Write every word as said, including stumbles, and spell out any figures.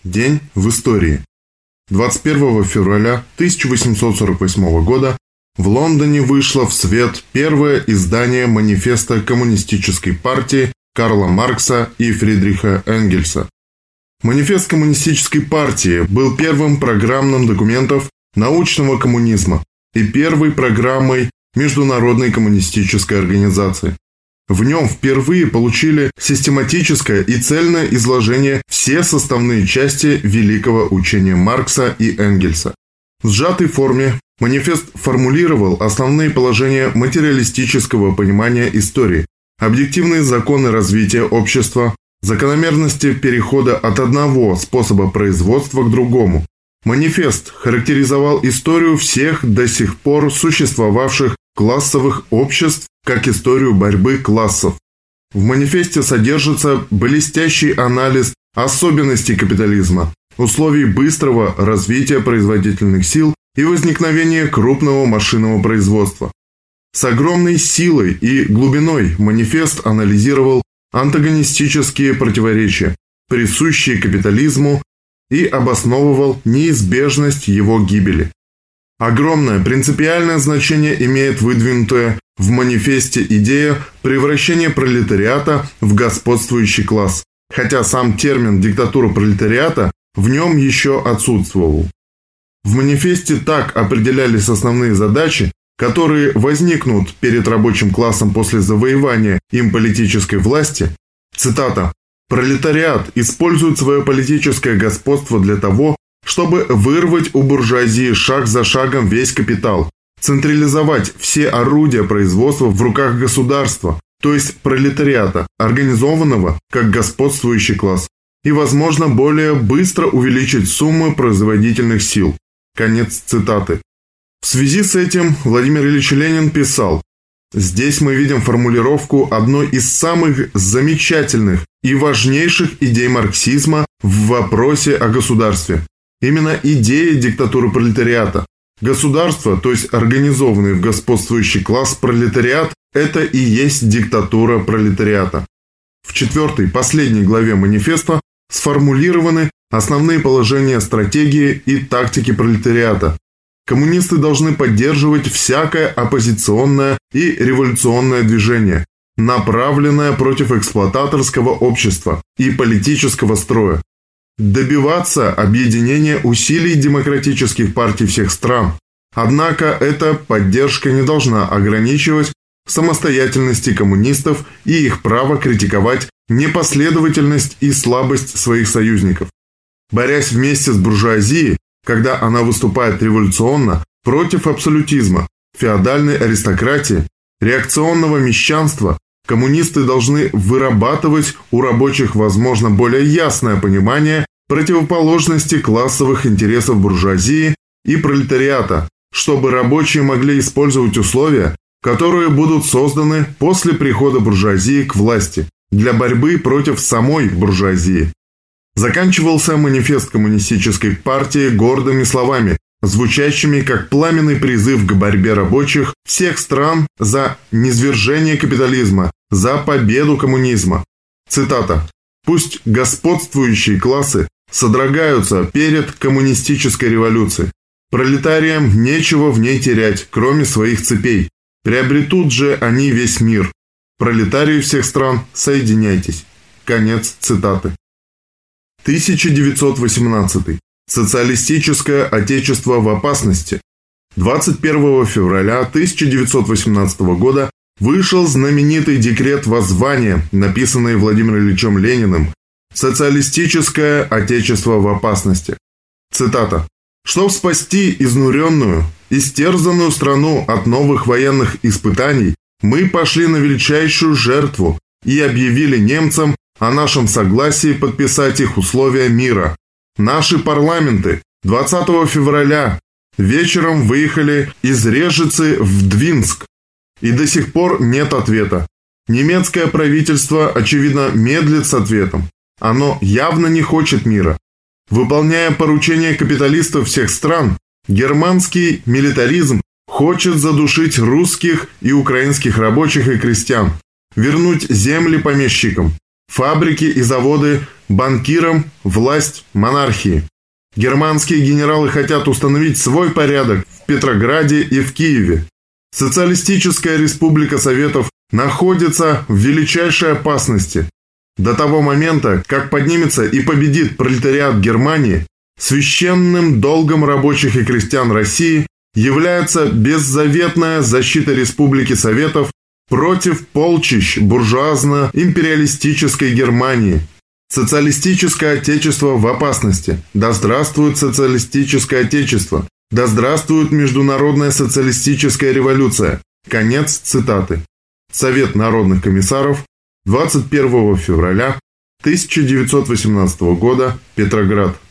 День в истории. двадцать первого февраля тысяча восемьсот сорок восьмого года в Лондоне вышло в свет первое издание манифеста Коммунистической партии Карла Маркса и Фридриха Энгельса. Манифест Коммунистической партии был первым программным документом научного коммунизма и первой программой Международной коммунистической организации. В нем впервые получили систематическое и цельное изложение все составные части великого учения Маркса и Энгельса. В сжатой форме манифест формулировал основные положения материалистического понимания истории, объективные законы развития общества, закономерности перехода от одного способа производства к другому. Манифест характеризовал историю всех до сих пор существовавших классовых обществ как историю борьбы классов. В манифесте содержится блестящий анализ особенностей капитализма, условий быстрого развития производительных сил и возникновения крупного машинного производства. С огромной силой и глубиной манифест анализировал антагонистические противоречия, присущие капитализму, и обосновывал неизбежность его гибели. Огромное принципиальное значение имеет выдвинутая в манифесте идея превращения пролетариата в господствующий класс, хотя сам термин «диктатура пролетариата» в нем еще отсутствовал. В манифесте так определялись основные задачи, которые возникнут перед рабочим классом после завоевания им политической власти. Цитата: «Пролетариат использует свое политическое господство для того, чтобы вырвать у буржуазии шаг за шагом весь капитал, централизовать все орудия производства в руках государства, то есть пролетариата, организованного как господствующий класс, и, возможно, более быстро увеличить сумму производительных сил». Конец цитаты. В связи с этим Владимир Ильич Ленин писал: «Здесь мы видим формулировку одной из самых замечательных и важнейших идей марксизма в вопросе о государстве. Именно идея диктатуры пролетариата. Государство, то есть организованный в господствующий класс пролетариат, это и есть диктатура пролетариата». В четвертой, последней главе манифеста сформулированы основные положения стратегии и тактики пролетариата. Коммунисты должны поддерживать всякое оппозиционное и революционное движение, направленное против эксплуататорского общества и политического строя. Добиваться объединения усилий демократических партий всех стран. Однако эта поддержка не должна ограничивать самостоятельности коммунистов и их право критиковать непоследовательность и слабость своих союзников. Борясь вместе с буржуазией, когда она выступает революционно против абсолютизма, феодальной аристократии, реакционного мещанства, коммунисты должны вырабатывать у рабочих, возможно, более ясное понимание противоположности классовых интересов буржуазии и пролетариата, чтобы рабочие могли использовать условия, которые будут созданы после прихода буржуазии к власти для борьбы против самой буржуазии. Заканчивался манифест Коммунистической партии гордыми словами, звучащими как пламенный призыв к борьбе рабочих всех стран за низвержение капитализма, за победу коммунизма. Цитата: «Пусть господствующие классы содрогаются перед коммунистической революцией. Пролетариям нечего в ней терять, кроме своих цепей. Приобретут же они весь мир. Пролетарии всех стран, соединяйтесь». Конец цитаты. тысяча девятьсот восемнадцатый. Социалистическое отечество в опасности. двадцать первого февраля тысяча девятьсот восемнадцатого года вышел знаменитый декрет воззвания, написанный Владимиром Ильичем Лениным «Социалистическое отечество в опасности». Цитата: «Чтоб спасти изнуренную, истерзанную страну от новых военных испытаний, мы пошли на величайшую жертву и объявили немцам о нашем согласии подписать их условия мира. Наши парламенты двадцатого февраля вечером выехали из Режицы в Двинск, и до сих пор нет ответа. Немецкое правительство, очевидно, медлит с ответом. Оно явно не хочет мира. Выполняя поручения капиталистов всех стран, германский милитаризм хочет задушить русских и украинских рабочих и крестьян, вернуть земли помещикам. фабрики и заводы банкирам, власть монархии. Германские генералы хотят установить свой порядок в Петрограде и в Киеве. Социалистическая республика Советов находится в величайшей опасности. До того момента, как поднимется и победит пролетариат Германии, священным долгом рабочих и крестьян России является беззаветная защита Республики Советов против полчищ буржуазно-империалистической Германии. Социалистическое отечество в опасности. Да здравствует социалистическое отечество. Да здравствует международная социалистическая революция. Конец цитаты. Совет народных комиссаров, двадцать первого февраля тысяча девятьсот восемнадцатого года, Петроград.